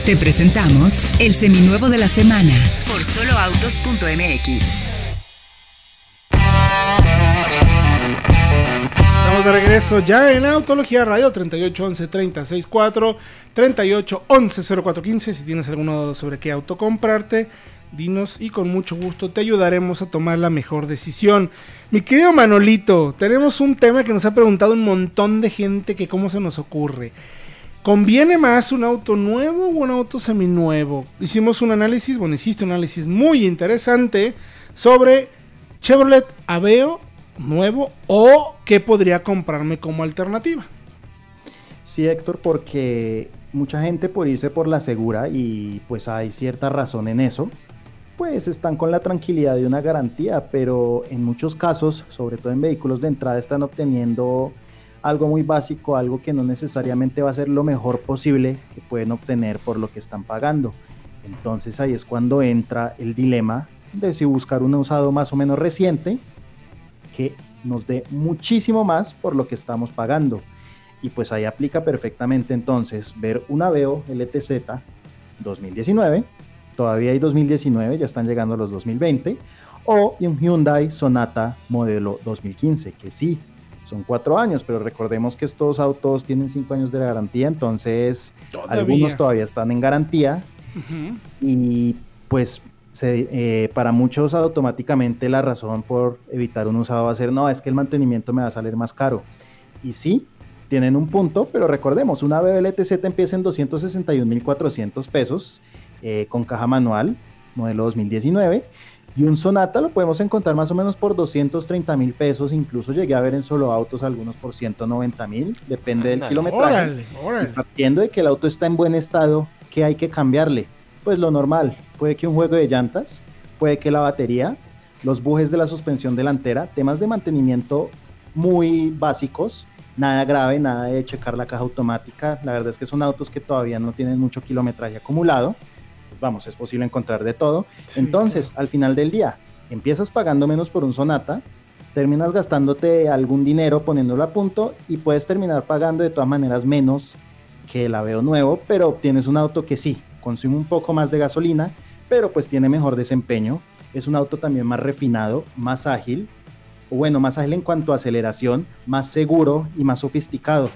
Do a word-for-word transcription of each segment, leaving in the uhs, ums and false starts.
Te presentamos el seminuevo de la semana por solo autos punto m x. Estamos de regreso ya en Autología Radio. Treinta y ocho once treinta sesenta y cuatro, treinta y ocho once cero cuatro quince. Si tienes alguno sobre qué auto comprarte, dinos y con mucho gusto te ayudaremos a tomar la mejor decisión. Mi querido Manolito, tenemos un tema que nos ha preguntado un montón de gente, que cómo se nos ocurre. ¿Conviene más un auto nuevo o un auto seminuevo? Hicimos un análisis, bueno, hiciste un análisis muy interesante sobre Chevrolet Aveo nuevo o qué podría comprarme como alternativa. Sí, Héctor, porque mucha gente, por irse por la segura, y pues hay cierta razón en eso, pues están con la tranquilidad de una garantía, pero en muchos casos, sobre todo en vehículos de entrada, están obteniendo algo muy básico, algo que no necesariamente va a ser lo mejor posible que pueden obtener por lo que están pagando. Entonces ahí es cuando entra el dilema de si buscar un usado más o menos reciente que nos dé muchísimo más por lo que estamos pagando. Y pues ahí aplica perfectamente entonces ver un Aveo L T Z dos mil diecinueve, todavía hay dos mil diecinueve, ya están llegando los dos mil veinte, o un Hyundai Sonata modelo dos mil quince, que sí, son cuatro años, pero recordemos que estos autos tienen cinco años de garantía, entonces todavía. Algunos todavía están en garantía. Uh-huh. Y pues se, eh, para muchos automáticamente la razón por evitar un usado va a ser, no, es que el mantenimiento me va a salir más caro. Y sí, tienen un punto, pero recordemos, una Aveo L T Z empieza en doscientos sesenta y un mil cuatrocientos pesos, eh, con caja manual, modelo dos mil diecinueve, y un Sonata lo podemos encontrar más o menos por doscientos treinta mil pesos, incluso llegué a ver en Solo Autos algunos por ciento noventa mil, depende Andale, del kilometraje. Órale, órale. Y partiendo de que el auto está en buen estado, ¿qué hay que cambiarle? Pues lo normal, puede que un juego de llantas, puede que la batería, los bujes de la suspensión delantera, temas de mantenimiento muy básicos, nada grave, nada de checar la caja automática. La verdad es que son autos que todavía no tienen mucho kilometraje acumulado. Vamos, es posible encontrar de todo. Sí, entonces, claro. Al final del día, empiezas pagando menos por un Sonata, terminas gastándote algún dinero poniéndolo a punto y puedes terminar pagando de todas maneras menos que el Aveo nuevo, pero obtienes un auto que sí, consume un poco más de gasolina, pero pues tiene mejor desempeño. Es un auto también más refinado, más ágil, o bueno, más ágil en cuanto a aceleración, más seguro y más sofisticado.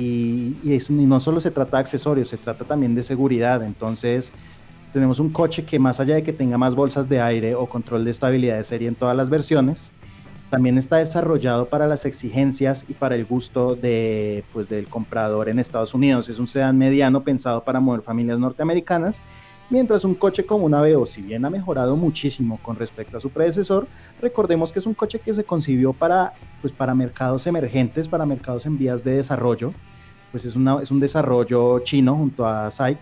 Y, y, es, y no solo se trata de accesorios, se trata también de seguridad. Entonces tenemos un coche que, más allá de que tenga más bolsas de aire o control de estabilidad de serie en todas las versiones, también está desarrollado para las exigencias y para el gusto de, pues, del comprador en Estados Unidos. Es un sedán mediano pensado para mover familias norteamericanas, mientras un coche como un Aveo, si bien ha mejorado muchísimo con respecto a su predecesor, recordemos que es un coche que se concibió para, pues, para mercados emergentes, para mercados en vías de desarrollo. Pues es, una, es un desarrollo chino junto a SAIC,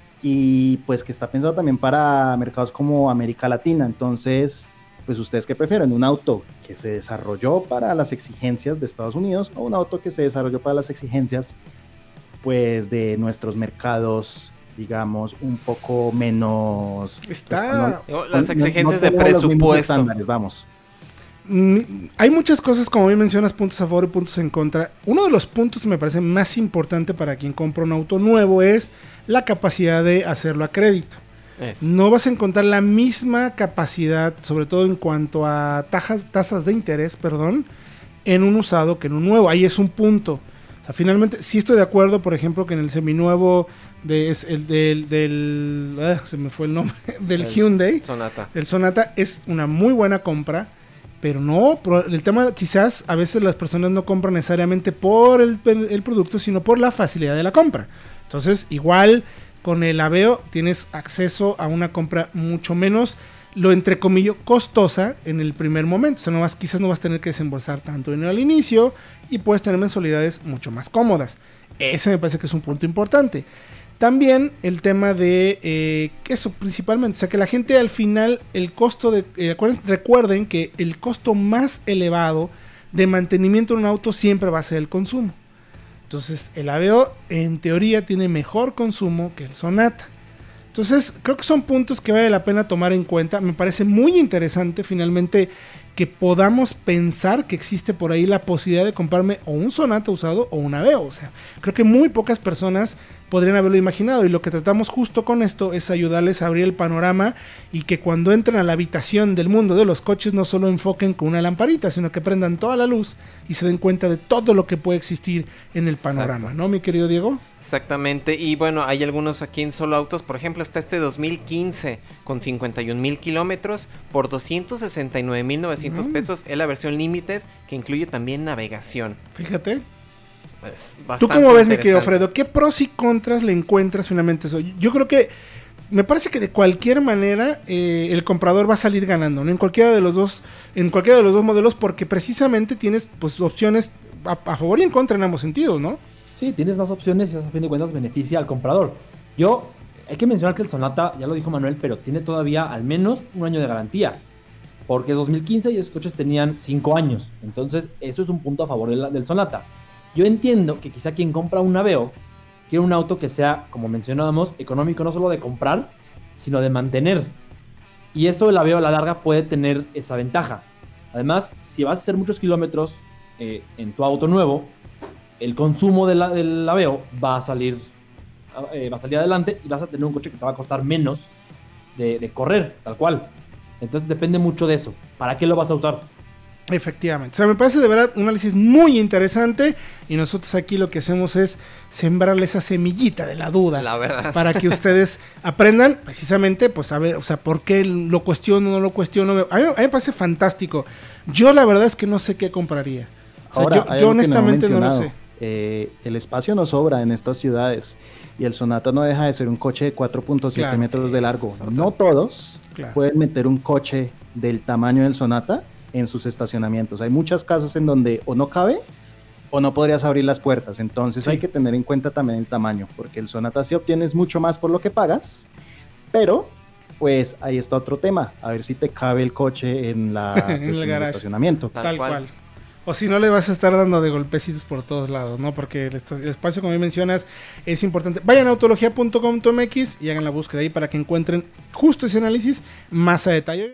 y pues que está pensado también para mercados como América Latina. Entonces, pues ustedes qué prefieren, un auto que se desarrolló para las exigencias de Estados Unidos o un auto que se desarrolló para las exigencias, pues, de nuestros mercados, digamos, un poco menos... Está... Pues, no, las exigencias no, no de presupuesto. Vamos. Hay muchas cosas, como bien mencionas, puntos a favor y puntos en contra. Uno de los puntos que me parece más importante para quien compra un auto nuevo es la capacidad de hacerlo a crédito. Eso. No vas a encontrar la misma capacidad, sobre todo en cuanto a tajas, tasas de interés, perdón, en un usado que en un nuevo. Ahí es un punto. O sea, finalmente, sí estoy de acuerdo, por ejemplo, que en el seminuevo de, es el del, del ah, se me fue el nombre, del el Hyundai Sonata. El Sonata es una muy buena compra. Pero no, el tema quizás a veces las personas no compran necesariamente por el, el producto, sino por la facilidad de la compra. Entonces, igual con el Aveo tienes acceso a una compra mucho menos, lo entre comillas, costosa en el primer momento. O sea, no vas, quizás no vas a tener que desembolsar tanto dinero al inicio y puedes tener mensualidades mucho más cómodas. Ese me parece que es un punto importante. También el tema de eh, eso principalmente, o sea que la gente al final, el costo de, eh, recuerden, recuerden que el costo más elevado de mantenimiento de un auto siempre va a ser el consumo. Entonces el Aveo en teoría tiene mejor consumo que el Sonata. Entonces creo que son puntos que vale la pena tomar en cuenta. Me parece muy interesante finalmente que podamos pensar que existe por ahí la posibilidad de comprarme o un Sonata usado o un Aveo. O sea, creo que muy pocas personas podrían haberlo imaginado, y lo que tratamos justo con esto es ayudarles a abrir el panorama y que cuando entren a la habitación del mundo de los coches no solo enfoquen con una lamparita, sino que prendan toda la luz y se den cuenta de todo lo que puede existir en el panorama. Exacto. ¿No, mi querido Diego? Exactamente, y bueno, hay algunos aquí en Solo Autos, por ejemplo, está este dos mil quince con cincuenta y un mil kilómetros por doscientos sesenta y nueve mil novecientos mm. pesos, es la versión Limited que incluye también navegación. Fíjate. ¿Tú cómo ves, mi querido Fredo? ¿Qué pros y contras le encuentras finalmente eso? Yo creo que me parece que de cualquier manera eh, el comprador va a salir ganando, ¿no? En cualquiera de los dos, en cualquiera de los dos modelos, porque precisamente tienes pues opciones a, a favor y en contra en ambos sentidos, ¿no? Sí, tienes más opciones y eso a fin de cuentas beneficia al comprador. Yo, hay que mencionar que el Sonata, ya lo dijo Manuel, pero tiene todavía al menos un año de garantía. Porque dos mil quince y esos coches tenían cinco años. Entonces, eso es un punto a favor de la, del Sonata. Yo entiendo que quizá quien compra un Aveo quiere un auto que sea, como mencionábamos, económico no solo de comprar, sino de mantener. Y esto el Aveo a la larga puede tener esa ventaja. Además, si vas a hacer muchos kilómetros eh, en tu auto nuevo, el consumo de la, del Aveo va a salir eh, va a salir adelante y vas a tener un coche que te va a costar menos de, de correr, tal cual. Entonces depende mucho de eso. ¿Para qué lo vas a usar? Efectivamente, o sea, me parece de verdad un análisis muy interesante y nosotros aquí lo que hacemos es sembrarle esa semillita de la duda, la verdad, para que ustedes aprendan precisamente, pues a ver, o sea, por qué lo cuestiono, no lo cuestiono. A mí, a mí me parece fantástico. Yo la verdad es que no sé qué compraría. O sea, Ahora, yo, yo honestamente no, no lo sé. Eh, el espacio no sobra en estas ciudades y el Sonata no deja de ser un coche de cuatro punto siete claro, metros de largo. No todos claro. pueden meter un coche del tamaño del Sonata en sus estacionamientos. Hay muchas casas en donde o no cabe o no podrías abrir las puertas. Entonces sí. hay que tener en cuenta también el tamaño, porque el Sonata sí obtienes mucho más por lo que pagas, pero pues ahí está otro tema, a ver si te cabe el coche en, la, en pues, el, en el estacionamiento. Tal, Tal cual. cual. O si no, le vas a estar dando de golpecitos por todos lados, ¿no? Porque el, el espacio, como mencionas, es importante. Vayan a autología punto com punto m x y hagan la búsqueda ahí para que encuentren justo ese análisis más a detalle.